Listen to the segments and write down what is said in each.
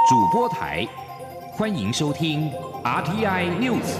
主播台，欢迎收听 RTI News。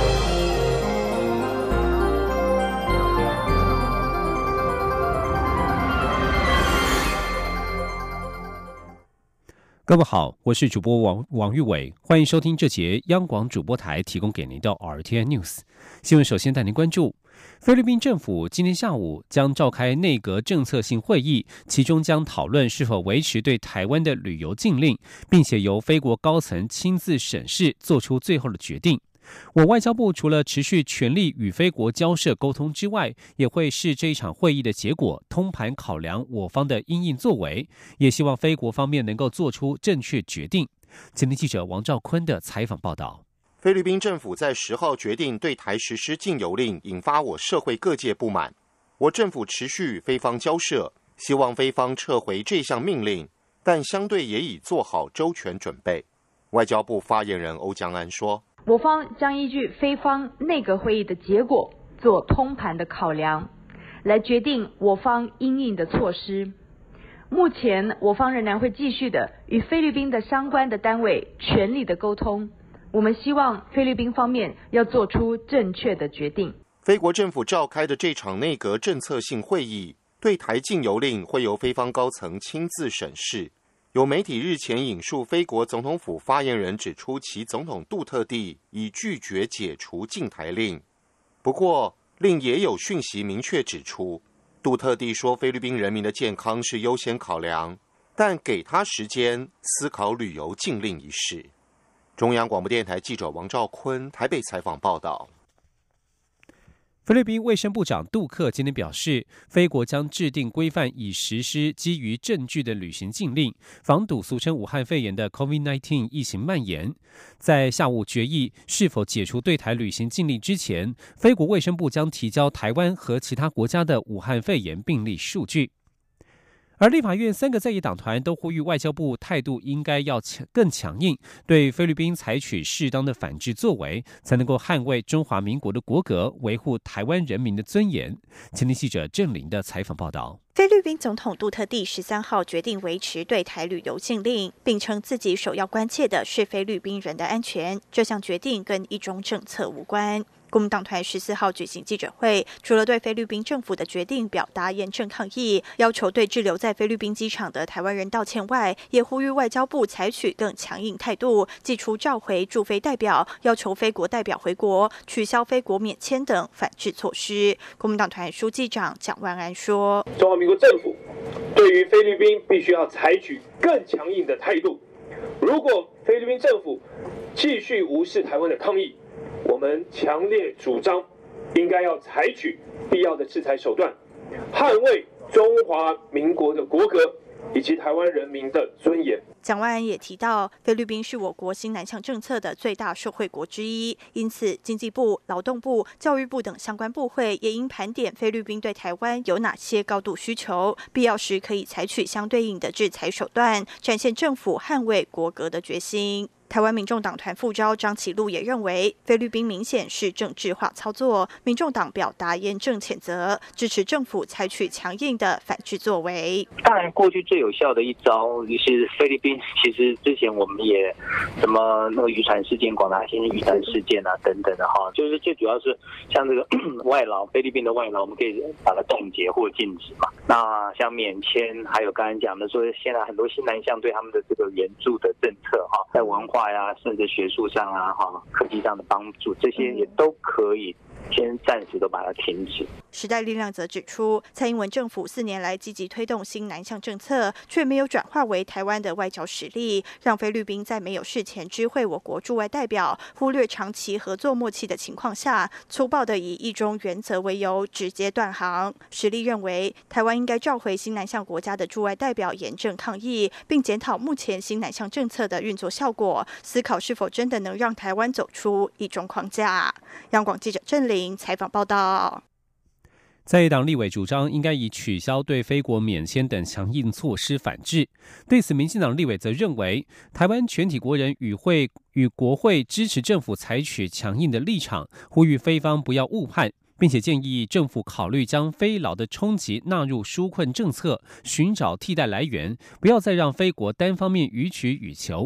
各位好，我是主播王玉伟，欢迎收听这节央广主播台提供给您的 RTI News 新闻。首先带您关注，菲律宾政府今天下午将召开内阁政策性会议，其中将讨论是否维持对台湾的旅游禁令，并且由菲国高层亲自审视，做出最后的决定。我外交部除了持续全力与菲国交涉沟通之外，也会视这一场会议的结果，通盘考量我方的因应作为，也希望菲国方面能够做出正确决定。前天记者王兆坤的采访报道。 菲律宾政府在10号决定对台实施禁游令，引发我社会各界不满。我政府持续与菲方交涉，希望菲方撤回这项命令，但相对也已做好周全准备。外交部发言人欧江安说， 我方将依据菲方内阁会议的结果，做通盘的考量，来决定我方因应的措施。目前我方仍然会继续的与菲律宾的相关的单位全力的沟通，我们希望菲律宾方面要做出正确的决定。 菲国政府召开的这场内阁政策性会议，对台禁游令会由菲方高层亲自审视。有媒体日前引述菲国总统府发言人指出，其总统杜特地已拒绝解除禁台令。不过，令也有讯息明确指出，杜特地说菲律宾人民的健康是优先考量，但给他时间思考旅游禁令一事。中央广播电台记者王兆坤台北采访报道。 菲律宾卫生部长杜克今天表示，菲国将制定规范，以实施基于证据的旅行禁令，防堵俗称武汉肺炎的 COVID-19 疫情蔓延。在下午决议是否解除对台旅行禁令之前，菲国卫生部将提交台湾和其他国家的武汉肺炎病例数据。而立法院3个在野党团都呼吁外交部态度应该要更强硬，对菲律宾采取适当的反制作为，才能够捍卫中华民国的国格，维护台湾人民的尊严。前天记者郑玲的采访报道。 菲律宾总统杜特地13号决定维持对台旅游禁令，并称自己首要关切的是菲律宾人的安全，这项决定跟一中政策无关。国民党团14号举行记者会，除了对菲律宾政府的决定表达严正抗议，要求对滞留在菲律宾机场的台湾人道歉外，也呼吁外交部采取更强硬态度，祭出召回驻菲代表，要求菲国代表回国，取消菲国免签等反制措施。国民党团书记长蒋万安说， 中华民国政府对于菲律宾必须要采取更强硬的态度，如果菲律宾政府继续无视台湾的抗议，我们强烈主张应该要采取必要的制裁手段，捍卫中华民国的国格以及台湾人民的尊严。 蒋万安也提到，菲律宾是我国新南向政策的最大受惠国之一，因此经济部、劳动部、教育部等相关部会也应盘点菲律宾对台湾有哪些高度需求，必要时可以采取相对应的制裁手段，展现政府捍卫国格的决心。台湾民众党团副召张启禄也认为，菲律宾明显是政治化操作，民众党表达严正谴责，支持政府采取强硬的反制作为。 当然，过去最有效的一招就是菲律宾，其实之前我们也什么那个渔船事件、广达新渔船事件啊等等的哈，就是最主要是像这个外劳，菲律宾的外劳，我们可以把它冻结或禁止嘛。那像免签，还有刚才讲的说，现在很多新南向对他们的这个援助的政策哈，在文化甚至学术上科技上的帮助，这些也都可以先暂时都把它停止。 时代力量则指出，蔡英文政府4年来积极推动新南向政策，却没有转化为台湾的外交实力，让菲律宾在没有事前知会我国驻外代表、忽略长期合作默契的情况下，粗暴的以一中原则为由直接断航。时力认为，台湾应该召回新南向国家的驻外代表，严正抗议，并检讨目前新南向政策的运作效果，思考是否真的能让台湾走出一中框架。央广记者郑玲采访报道。 在野党立委主张应该以取消对菲国免签等强硬措施反制。对此，民进党立委则认为，台湾全体国人与国会支持政府采取强硬的立场，呼吁菲方不要误判，并且建议政府考虑将菲劳的冲击纳入纾困政策，寻找替代来源，不要再让菲国单方面予取予求。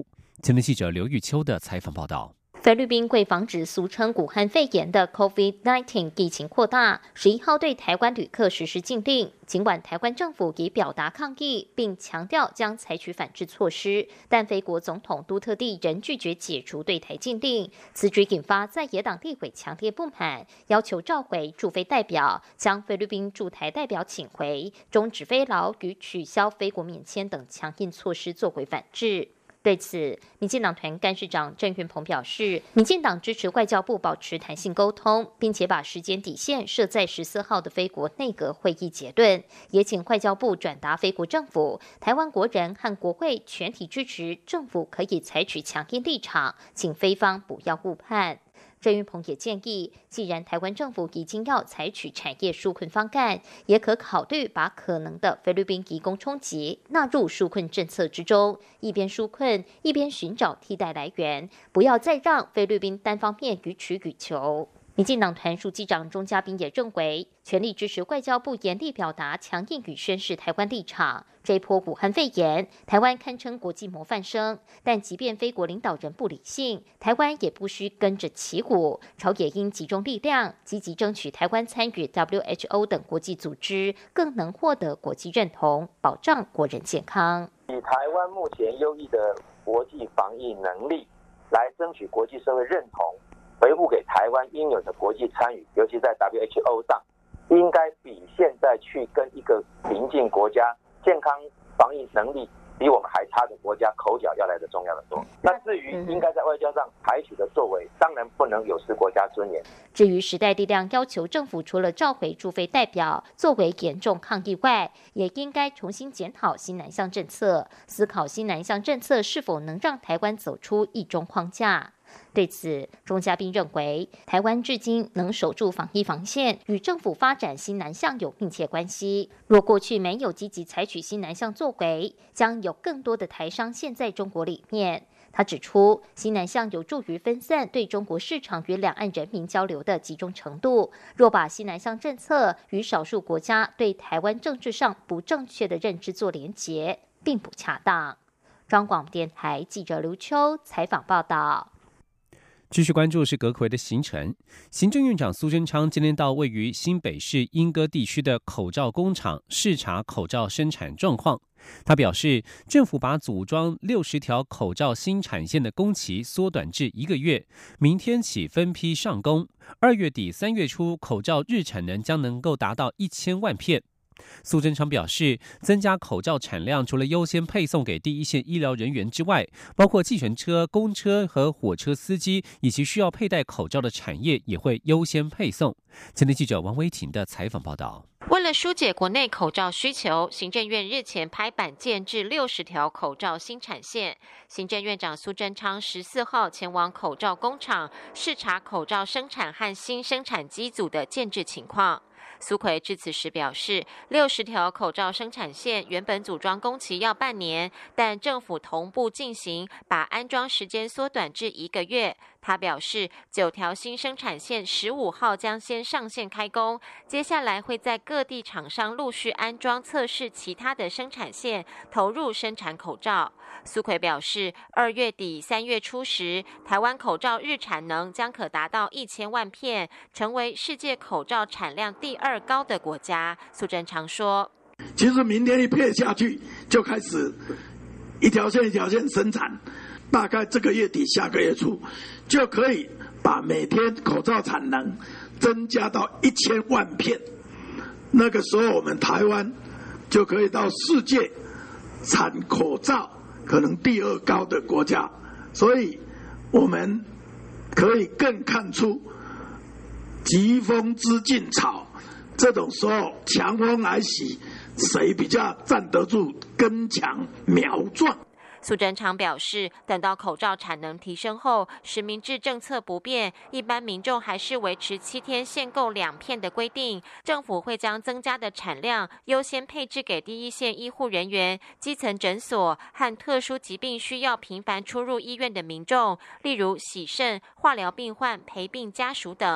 前天记者刘玉秋的采访报道。 菲律宾为防止俗称武汉肺炎的 COVID-19 疫情扩大，11号对台湾旅客实施禁令。尽管台湾政府已表达抗议，并强调将采取反制措施，但菲国总统杜特地仍拒绝解除对台禁令。此举引发在野党立委强烈不满，要求召回驻菲代表，将菲律宾驻台代表请回，终止菲劳与取消菲国免签等强硬措施作为反制。对此，民进党团干事长郑运鹏表示，民进党支持外交部保持弹性沟通，并且把时间底线设在14号的菲国内阁会议结论，也请外交部转达菲国政府，台湾国人和国会全体支持政府可以采取强硬立场，请菲方不要误判。郑运鹏也建议，既然台湾政府已经要采取产业纾困方案，也可考虑把可能的菲律宾移工冲击纳入纾困政策之中，一边纾困，一边寻找替代来源，不要再让菲律宾单方面予取予求。民进党团书记长钟嘉宾也认为，全力支持外交部严厉表达强硬与宣示台湾立场。这一波武汉肺炎，台湾堪称国际模范生，但即便菲国领导人不理性，台湾也不需跟着起舞，朝野应集中力量，积极争取台湾参与 WHO 等国际组织，更能获得国际认同，保障国人健康。 以台湾目前优异的国际防疫能力，来争取国际社会认同，维护给台湾应有的国际参与，尤其在 WHO 上，应该比现在去跟一个邻近国家健康防疫能力比我们还差的国家口角要来的重要的多。那至于应该在外交上采取的作为，当然不能有失国家尊严。 至于时代力量要求政府除了召回驻菲代表作为严重抗议外，也应该重新检讨新南向政策，思考新南向政策是否能让台湾走出一中框架。对此，钟嘉宾认为，台湾至今能守住防疫防线，与政府发展新南向有密切关系。若过去没有积极采取新南向作为，将有更多的台商陷在中国里面。他指出，新南向有助于分散对中国市场与两岸人民交流的集中程度。若把新南向政策与少数国家对台湾政治上不正确的认知做连结，并不恰当。中央广播电台记者刘秋采访报道。 继续关注是阁揆的行程。行政院长苏贞昌今天到位于新北市莺歌地区的口罩工厂视察口罩生产状况。他表示，政府把组装60条口罩新产线的工期缩短至1个月，明天起分批上工，2月底3月初口罩日产能将能够达到1000万片。苏贞昌表示，增加口罩产量除了优先配送给第一线医疗人员之外，包括计程车、公车和火车司机以及需要佩戴口罩的产业也会优先配送。前天记者王维婷的采访报道。 为了疏解国内口罩需求，行政院日前拍板建制60条口罩新产线。行政院长苏贞昌14号前往口罩工厂视察口罩生产和新生产机组的建制情况。苏揆致辞时表示，60条口罩生产线原本组装工期要半年，但政府同步进行，把安装时间缩短至1个月。他表示，9条新生产线15号将先上线开工，接下来会在各地厂商陆续安装测试其他的生产线，投入生产口罩。苏揆表示，2月底3月初时，台湾口罩日产能将可达到1000万片，成为世界口罩产量第2高的国家。苏贞昌说， 其实明天一片下去就开始一条线一条线生产，大概这个月底下个月初就可以把每天口罩产能增加到1000万片。那个时候我们台湾就可以到世界产口罩可能第2高的国家，所以我们可以更看出疾风知劲草，这种时候强风来袭，谁比较站得住根强苗壮。 苏贞昌表示，等到口罩产能提升后，实名制政策不变，一般民众还是维持7天限购2片的规定。政府会将增加的产量优先配置给第一线医护人员、基层诊所和特殊疾病需要频繁出入医院的民众，例如洗肾、化疗病患、陪病家属等。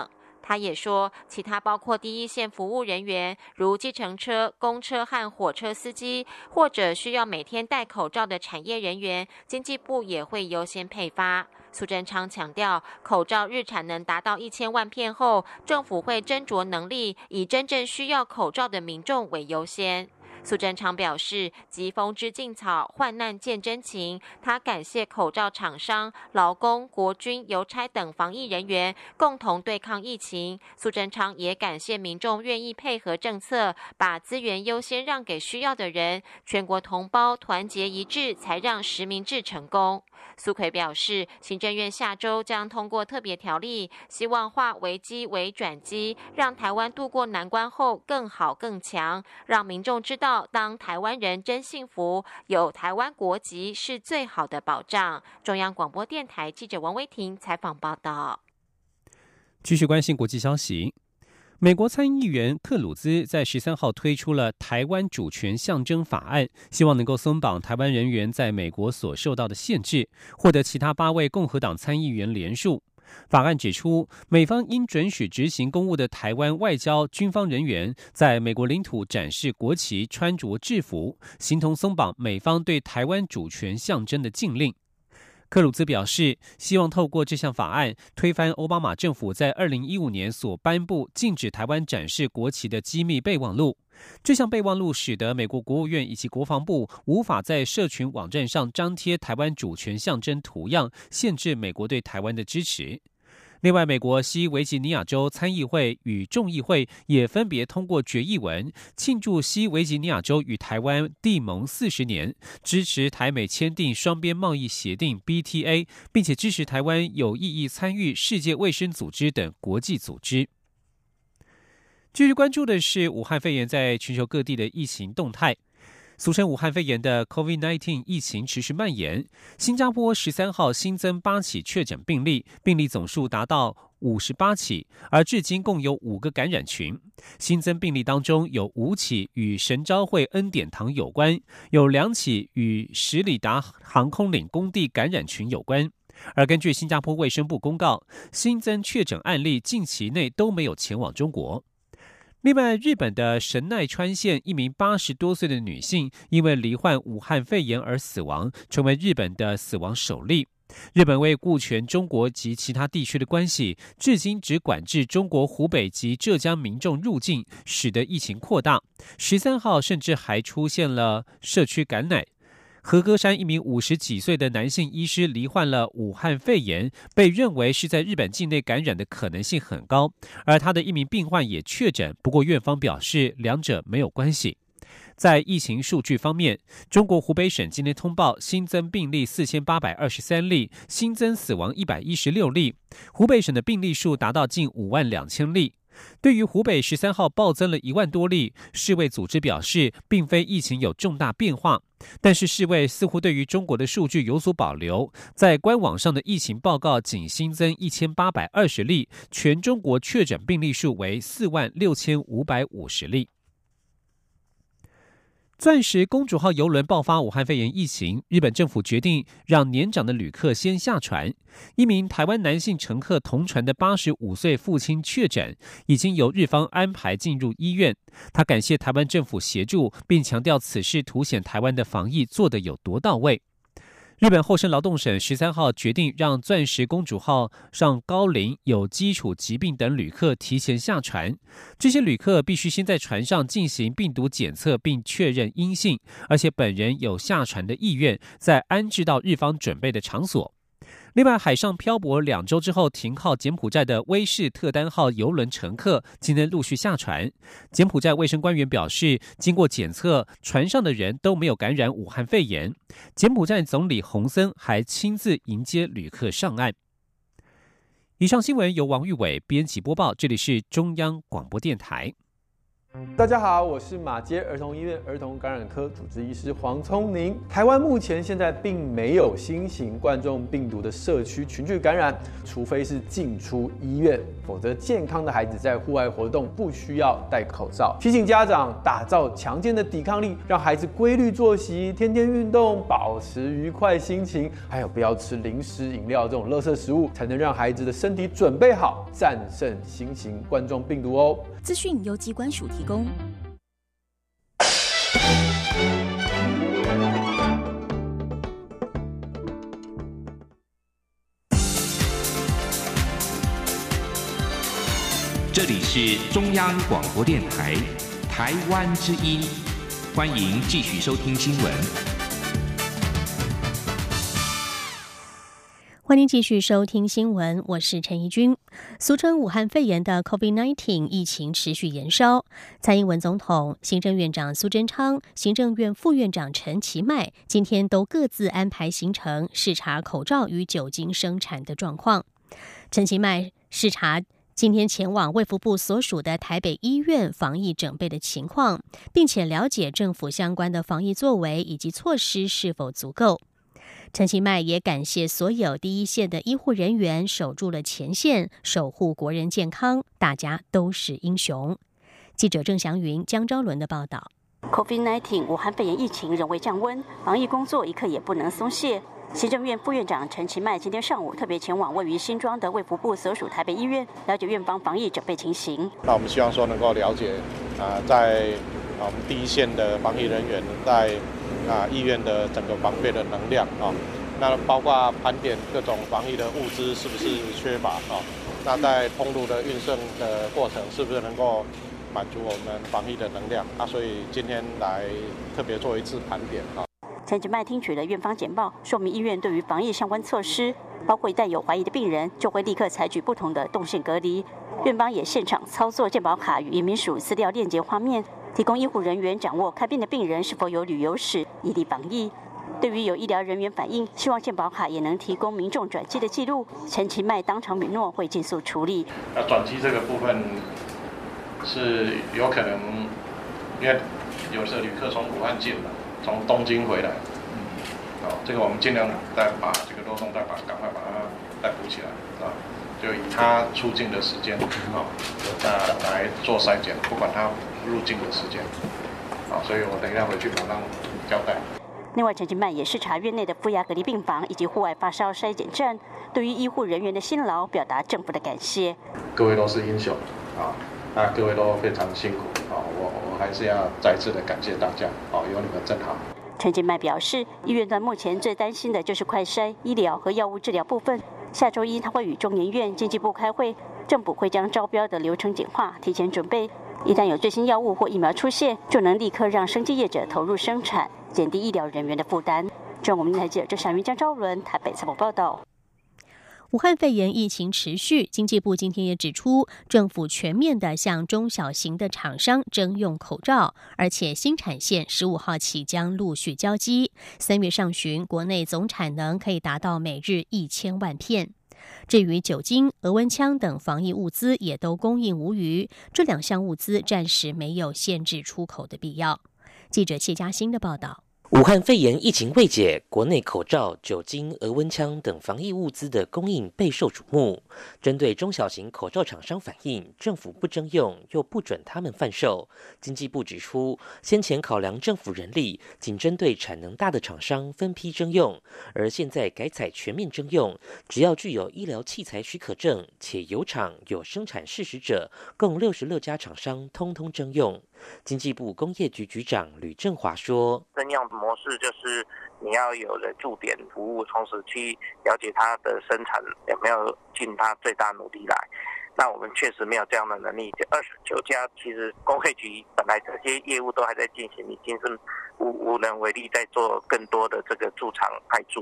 他也说，其他包括第一线服务人员，如计程车、公车和火车司机，或者需要每天戴口罩的产业人员，经济部也会优先配发。苏贞昌强调，口罩日产能达到1000万片后，政府会斟酌能力，以真正需要口罩的民众为优先。苏贞昌表示，疾风知劲草，患难见真情。他感谢口罩厂商、劳工、国军、邮差等防疫人员共同对抗疫情。苏贞昌也感谢民众愿意配合政策，把资源优先让给需要的人。全国同胞团结一致，才让实名制成功。苏揆表示，行政院下周将通过特别条例，希望化危机为转机，让台湾度过难关后更好更强，让民众知道当台湾人真幸福，有台湾国籍是最好的保障。中央广播电台记者王威婷采访报道。 继续关心国际消息，美国参议员克鲁兹在13号推出了台湾主权象征法案，希望能够松绑台湾人员在美国所受到的限制，获得其他8位共和党参议员联署。法案指出，美方应准许执行公务的台湾外交、军方人员在美国领土展示国旗、穿着制服，形同松绑美方对台湾主权象征的禁令。克鲁兹表示，希望透过这项法案推翻奥巴马政府在2015年所颁布禁止台湾展示国旗的机密备忘录。这项备忘录使得美国国务院以及国防部无法在社群网站上张贴台湾主权象征图样，限制美国对台湾的支持。另外，美国西维吉尼亚州参议会与众议会也分别通过决议文，庆祝西维吉尼亚州与台湾缔盟40年，支持台美签订双边贸易协定 BTA， 并且支持台湾有意义参与世界卫生组织等国际组织。继续关注的是武汉肺炎在全球各地的疫情动态。俗称武汉肺炎的 COVID-19 疫情持续蔓延，新加坡13号新增8起确诊病例，病例总数达到58起，而至今共有5个感染群。新增病例当中有5起与神召会恩典堂有关，有2起与史里达航空领工地感染群有关。而根据新加坡卫生部公告，新增确诊案例近期内都没有前往中国。另外，日本的神奈川县一名80多岁的女性因为罹患武汉肺炎而死亡，成为日本的死亡首例。日本为顾全中国及其他地区的关系，至今只管制中国湖北及浙江民众入境，使得疫情扩大。13号甚至还出现了社区感染。和歌山一名50几岁的男性医师罹患了武汉肺炎，被认为是在日本境内感染的可能性很高，而他的一名病患也确诊，不过院方表示两者没有关系。在疫情数据方面，中国湖北省今天通报新增病例4823例，新增死亡116例，湖北省的病例数达到近52000例。对于湖北13号暴增了1万多例，世卫组织表示，并非疫情有重大变化，但是世卫似乎对于中国的数据有所保留，在官网上的疫情报告仅新增1820例，全中国确诊病例数为46550例。钻石公主号邮轮爆发武汉肺炎疫情，日本政府决定让年长的旅客先下船。一名台湾男性乘客同船的85岁父亲确诊，已经由日方安排进入医院。他感谢台湾政府协助，并强调此事凸显台湾的防疫做得有多到位。日本厚生劳动省13号决定让钻石公主号上高龄、有基础疾病等旅客提前下船。这些旅客必须先在船上进行病毒检测并确认阴性，而且本人有下船的意愿，再安置到日方准备的场所。另外，海上漂泊2周之后停靠柬埔寨的威士特丹号邮轮乘客今天陆续下船。柬埔寨卫生官员表示，经过检测，船上的人都没有感染武汉肺炎。柬埔寨总理洪森还亲自迎接旅客上岸。以上新闻由王玉伟编辑播报，这里是中央广播电台。 大家好，我是马偕儿童医院儿童感染科主治医师黄聪宁。台湾目前现在并没有新型冠状病毒的社区群聚感染，除非是进出医院，否则健康的孩子在户外活动不需要戴口罩。提醒家长打造强健的抵抗力，让孩子规律作息，天天运动，保持愉快心情，还有不要吃零食、饮料这种垃圾食物，才能让孩子的身体准备好战胜新型冠状病毒哦。 资讯由疾管署提供。 这里是中央广播电台台湾之音，欢迎继续收听新闻。 欢迎继续收听新闻，我是陈怡君。俗称武汉肺炎的 COVID-19 疫情持续延烧，蔡英文总统、行政院长苏贞昌、行政院副院长陈其迈今天都各自安排行程视察口罩与酒精生产的状况。陈其迈视察今天前往卫福部所属的台北医院防疫整备的情况，并且了解政府相关的防疫作为以及措施是否足够。陈其迈也感谢所有第一线的医护人员守住了前线，守护国人健康，大家都是英雄。记者郑祥云、江昭伦的报道。 COVID-19 武汉肺炎疫情仍未降温，防疫工作一刻也不能松懈。行政院副院长陈其迈今天上午特别前往位于新庄的卫福部所属台北医院，了解院方防疫准备情形。 那我们希望说能够了解在我们第一线的防疫人员在医院的整个防备的能量那包括盘点各种防疫的物资是不是缺乏那在通路的运送的过程是不是能够满足我们防疫的能量所以今天来特别做一次盘点陈其迈听取了院方简报，说明医院对于防疫相关措施，包括一旦有怀疑的病人，就会立刻采取不同的动线隔离。院方也现场操作健保卡与移民署资料链接画面，提供医护人员掌握看病的病人是否有旅游史，以利防疫。对于有医疗人员反映，希望健保卡也能提供民众转机的记录，陈其迈当场允诺会尽速处理。 转机这个部分是有可能，因为有些旅客从武汉进来，从东京回来，这个我们尽量再把这个漏洞赶快把它再补起来就以他出境的时间来做筛检，不管他入境的时间所以我等一下回去马上交代。 另外，陈其迈也视察院内的负压隔离病房以及户外发烧筛检站，对于医护人员的辛劳表达政府的感谢。 各位都是英雄那各位都非常辛苦我还是要再次的感谢大家有你们真好。 陈其迈表示，医院端目前最担心的就是快筛、医疗和药物治疗部分。下周一他会与中研院、经济部开会，政府会将招标的流程简化，提前准备。一旦有最新药物或疫苗出现，就能立刻让生技业者投入生产，减低医疗人员的负担。中央台记者郑祥云、江昭伦台北采访报道。 武汉肺炎疫情持续，经济部今天也指出，政府全面的向中小型的厂商征用口罩，而且新产线15号起将陆续交机，3月上旬国内总产能可以达到每日1000万片。至于酒精、额温枪等防疫物资也都供应无虞，这2项物资暂时没有限制出口的必要。记者谢嘉欣的报道。 武汉肺炎疫情未解，国内口罩、酒精、额温枪等防疫物资的供应备受瞩目。针对中小型口罩厂商反映，政府不征用又不准他们贩售。经济部指出，先前考量政府人力，仅针对产能大的厂商分批征用，而现在改采全面征用，只要具有医疗器材许可证且有厂有生产事实者，共66家厂商通通征用。经济部工业局局长吕正华说：“ 征用模式就是你要有人驻点服务，同时去了解它的生产有没有尽它最大努力来。那我们确实没有这样的能力。29家其实工会局本来这些业务都还在进行，已经是无能为力，在做更多的这个驻厂派驻。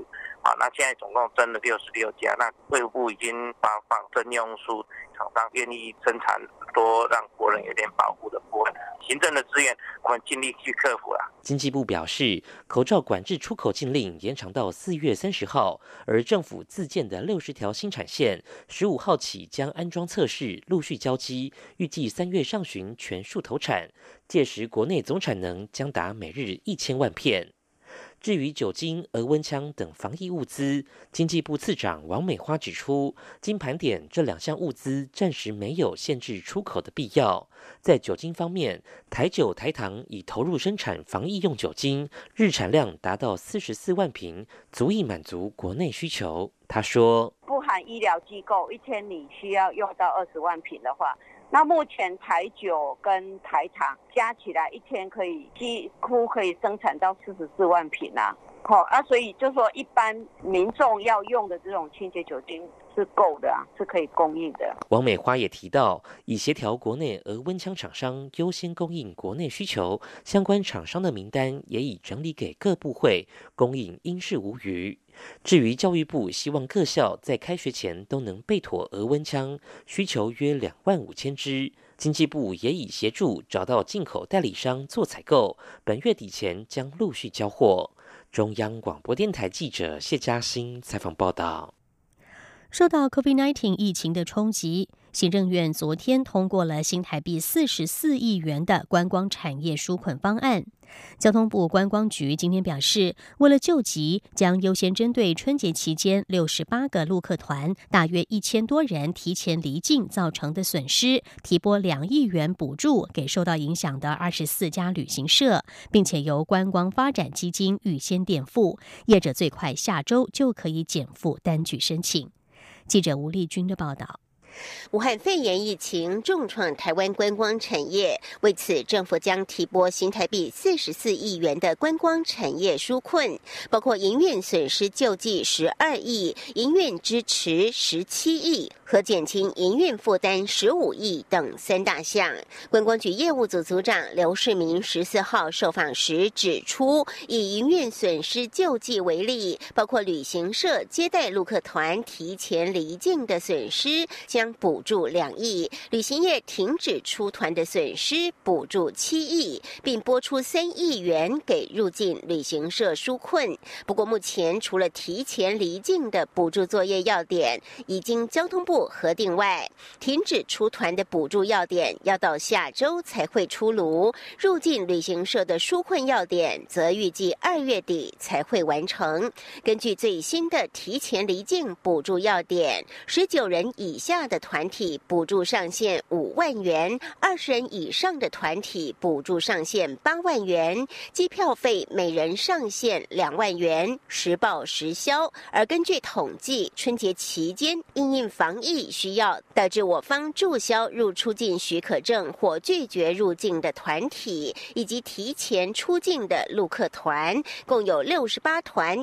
那现在总共增了66家，那卫福部已经发放征用书，厂商愿意生产多，让国人有点保护的部分。行政的资源我们尽力去克服了。 经济部表示，口罩管制出口禁令延长到4月30号，而政府自建的60条新产线15号起将安装测试，陆续交机，预计3月上旬全数投产，届时国内总产能将达每日1000万片。至于酒精、额温枪等防疫物资，经济部次长王美花指出，经盘点这2项物资暂时没有限制出口的必要。在酒精方面，台酒、台糖已投入生产防疫用酒精，日产量达到44万瓶，足以满足国内需求。他说， 不含医疗机构，1天你需要用到20万瓶的话，那目前台酒跟台糖加起来1天几乎可以生产到44万瓶啊。所以就说一般民众要用的这种清洁酒精是够的啊，是可以供应的。 王美花也提到，以协调国内额温枪厂商优先供应国内需求，相关厂商的名单也已整理给各部会，供应应事无虞。至于教育部希望各校在开学前都能备妥额温枪，需求约25000支。经济部也已协助找到进口代理商做采购，本月底前将陆续交货。中央广播电台记者谢嘉欣采访报道。 受到 COVID-19 疫情的冲击，行政院昨天通过了新台币44亿元的观光产业纾困方案。交通部观光局今天表示，为了救急，将优先针对春节期间68个陆客团大约1000多人提前离境造成的损失，提拨2亿元补助给受到影响的24家旅行社，并且由观光发展基金预先垫付，业者最快下周就可以减负单据申请。记者吴丽君的报道。 武汉肺炎疫情重创台湾观光产业，为此政府将提拨新台币44亿元的观光产业纾困，包括营运损失救济12亿、营运支持17亿和减轻营运负担15亿等3大项。观光局业务组组长刘世明14号受访时指出，以营运损失救济为例，包括旅行社接待陆客团提前离境的损失将补助2亿，旅行业停止出团的损失补助7亿，并拨出3亿元给入境旅行社纾困。不过目前除了提前离境的补助作业要点已经交通部核定外，停止出团的补助要点要到下周才会出炉，入境旅行社的纾困要点则预计2月底才会完成。根据最新的提前离境补助要点，19人以下的团体补助上限5万元，20人以上的团体补助上限8万元，机票费每人上限2万元，实报实销。而根据统计，春节期间因应防疫需要，导致我方注销入出境许可证或拒绝入境的团体，以及提前出境的陆客团，共有68团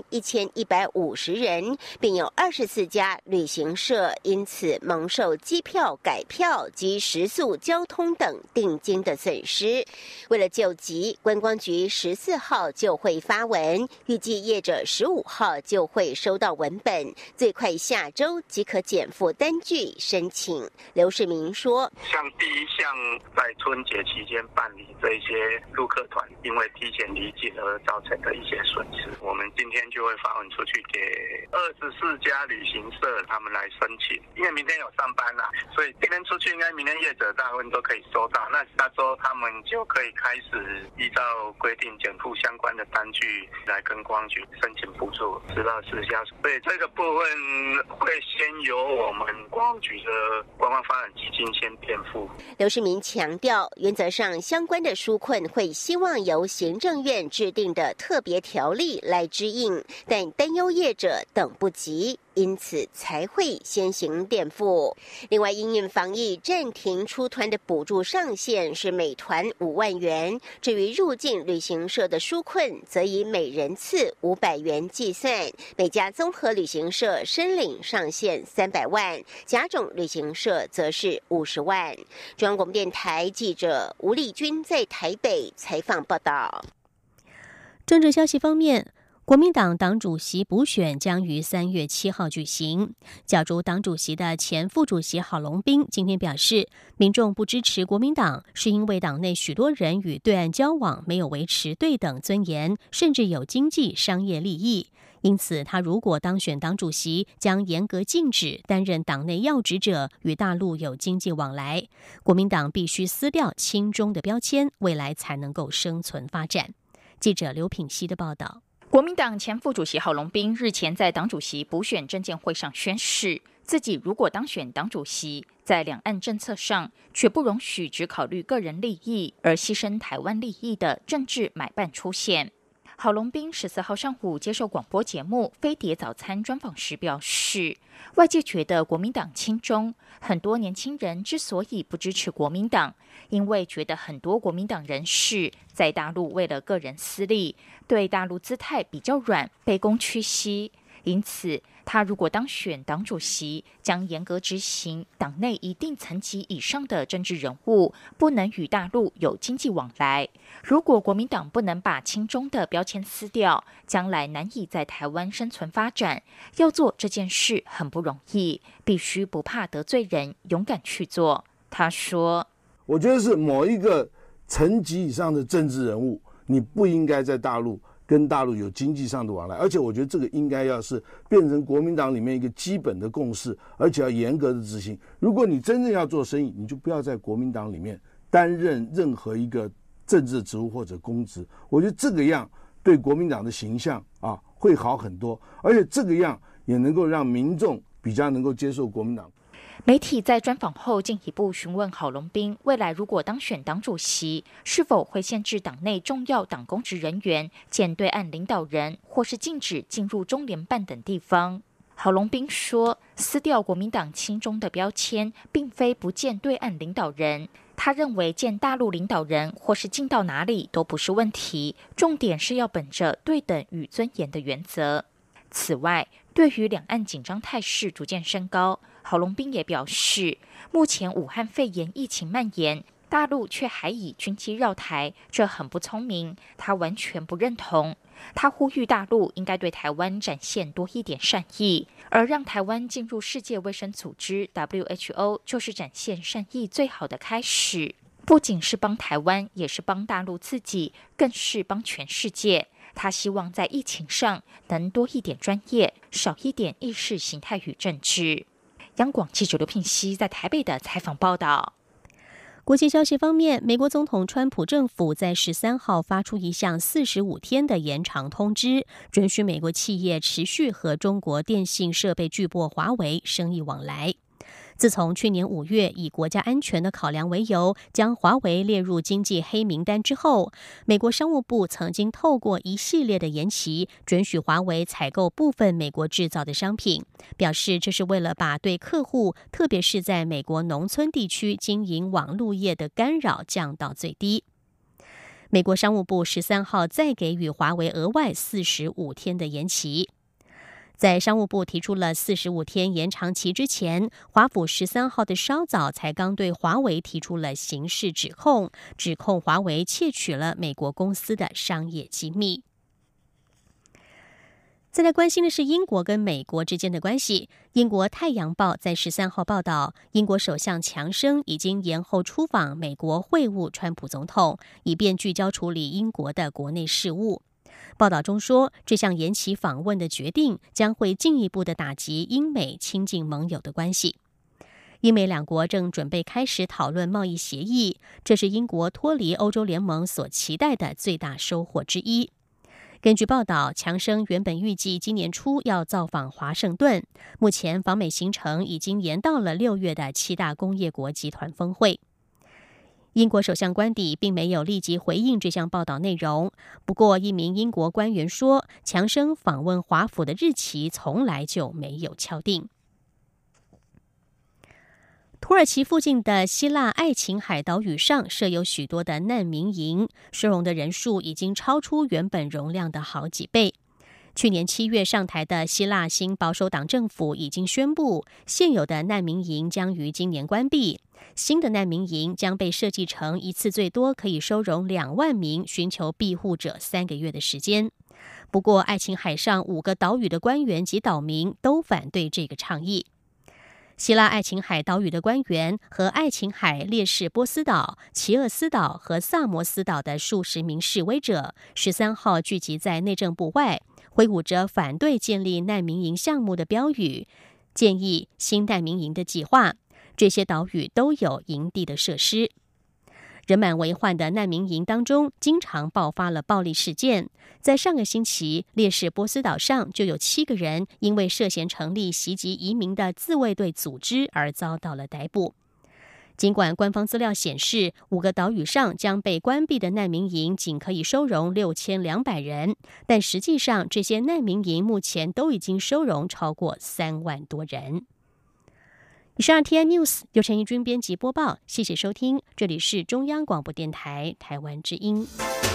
1150人，并有24家旅行社因此蒙受机票改票及食宿、交通等定金的损失。为了救急，观光局14号就会发文，预计业者15号就会收到文本，最快下周即可减负单据申请。刘世明说， 像第一项在春节期间办理这一些陆客团因为提前离境而造成的一些损失，我们今天就会发文出去给24家旅行社他们来申请，因为明天有上班啦，所以今天出去应该明天业者大部分都可以收到，那下周他们就可以开始依照规定减负相关的单据来跟观光局申请补助，10到10下，所以这个部分会先由我们观光局的观光发展基金先垫付。 刘世明强调，原则上相关的纾困会希望由行政院制定的特别条例来支应，但担忧业者等不及，因此才会先行垫付。另外，因应防疫暂停出团的补助上限是每团5万元，至于入境旅行社的纾困，则以每人次500元计算，每家综合旅行社申领上限300万，甲种旅行社则是50万。中央广播电台记者吴丽君在台北采访报道。 政治消息方面，国国民党党主席补选将于3月7号举行。角逐党主席的前副主席郝龙斌今天表示，民众不支持国民党，是因为党内许多人与对岸交往没有维持对等尊严，甚至有经济商业利益。因此，他如果当选党主席，将严格禁止担任党内要职者与大陆有经济往来。国民党必须撕掉亲中的标签，未来才能够生存发展。记者刘品希的报道。 国民党前副主席郝龙斌日前在党主席补选政见会上宣誓，自己如果当选党主席，在两岸政策上绝不容许只考虑个人利益而牺牲台湾利益的政治买办出现。郝龙斌14号上午接受广播节目《飞碟早餐》专访时表示，外界觉得国民党亲中，很多年轻人之所以不支持国民党，因为觉得很多国民党人士在大陆为了个人私利，对大陆姿态比较软，卑躬屈膝。因此，他如果当选党主席，将严格执行党内一定层级以上的政治人物不能与大陆有经济往来。如果国民党不能把亲中的标签撕掉，将来难以在台湾生存发展。要做这件事很不容易，必须不怕得罪人，勇敢去做。他说：“ 我觉得是某一个层级以上的政治人物，你不应该在大陆跟大陆有经济上的往来，而且我觉得这个应该要是变成国民党里面一个基本的共识，而且要严格的执行。如果你真正要做生意，你就不要在国民党里面担任任何一个政治职务或者公职。我觉得这个样对国民党的形象会好很多，而且这个样也能够让民众比较能够接受国民党。” 媒体在专访后进一步询问郝龙斌，未来如果当选党主席，是否会限制党内重要党公职人员见对岸领导人，或是禁止进入中联办等地方。郝龙斌说，撕掉国民党亲中的标签，并非不见对岸领导人。他认为见大陆领导人或是进到哪里都不是问题，重点是要本着对等与尊严的原则。此外，对于两岸紧张态势逐渐升高，郝龙斌也表示，目前武汉肺炎疫情蔓延，大陆却还以军机绕台，这很不聪明，他完全不认同。他呼吁大陆应该对台湾展现多一点善意，而让台湾进入世界卫生组织 WHO 就是展现善意最好的开始，不仅是帮台湾，也是帮大陆自己，更是帮全世界。他希望在疫情上能多一点专业，少一点意识形态与政治。央广记者刘聘熙在台北的采访报道。 国际消息方面，美国总统川普政府在13号发出一项45天的延长通知，准许美国企业持续和中国电信设备巨擘华为生意往来。自从去年5月以国家安全的考量为由，将华为列入经济黑名单之后，美国商务部曾经透过一系列的延期，准许华为采购部分美国制造的商品，表示这是为了把对客户，特别是在美国农村地区经营网络业的干扰降到最低。美国商务部13号再给予华为额外45天的延期。在商务部提出了45天延长期之前，华府13号的稍早才刚对华为提出了刑事指控，指控华为窃取了美国公司的商业机密。再来关心的是英国跟美国之间的关系。英国《太阳报》在13号报道，英国首相强生已经延后出访美国会晤川普总统，以便聚焦处理英国的国内事务。报道中说，这项延期访问的决定将会进一步的打击英美亲近盟友的关系。英美两国正准备开始讨论贸易协议，这是英国脱离欧洲联盟所期待的最大收获之一。根据报道，强生原本预计今年初要造访华盛顿，目前访美行程已经延到了6月的7大工业国集团峰会。英国首相官邸并没有立即回应这项报道内容，不过一名英国官员说，强生访问华府的日期从来就没有敲定。土耳其附近的希腊爱琴海岛屿上设有许多的难民营，收容的人数已经超出原本容量的好几倍。去年7月上台的希腊新保守党政府已经宣布，现有的难民营将于今年关闭。新的难民营将被设计成一次最多可以收容2万名寻求庇护者3个月的时间。 不过，爱琴海上5个岛屿的官员及岛民都反对这个倡议。希腊爱琴海岛屿的官员和爱琴海列士波斯岛、奇厄斯岛和萨摩斯岛的数十名示威者13号聚集在内政部外，挥舞着反对建立难民营项目的标语，建议新难民营的计划。这些岛屿都有营地的设施。人满为患的难民营当中，经常爆发了暴力事件。在上个星期，列士波斯岛上就有7个人因为涉嫌成立袭击移民的自卫队组织而遭到了逮捕。尽管官方资料显示，5个岛屿上将被关闭的难民营仅可以收容6200人，但实际上这些难民营目前都已经收容超过3万多人。以上 TN News 由陈怡君编辑播报，谢谢收听，这里是中央广播电台台湾之音。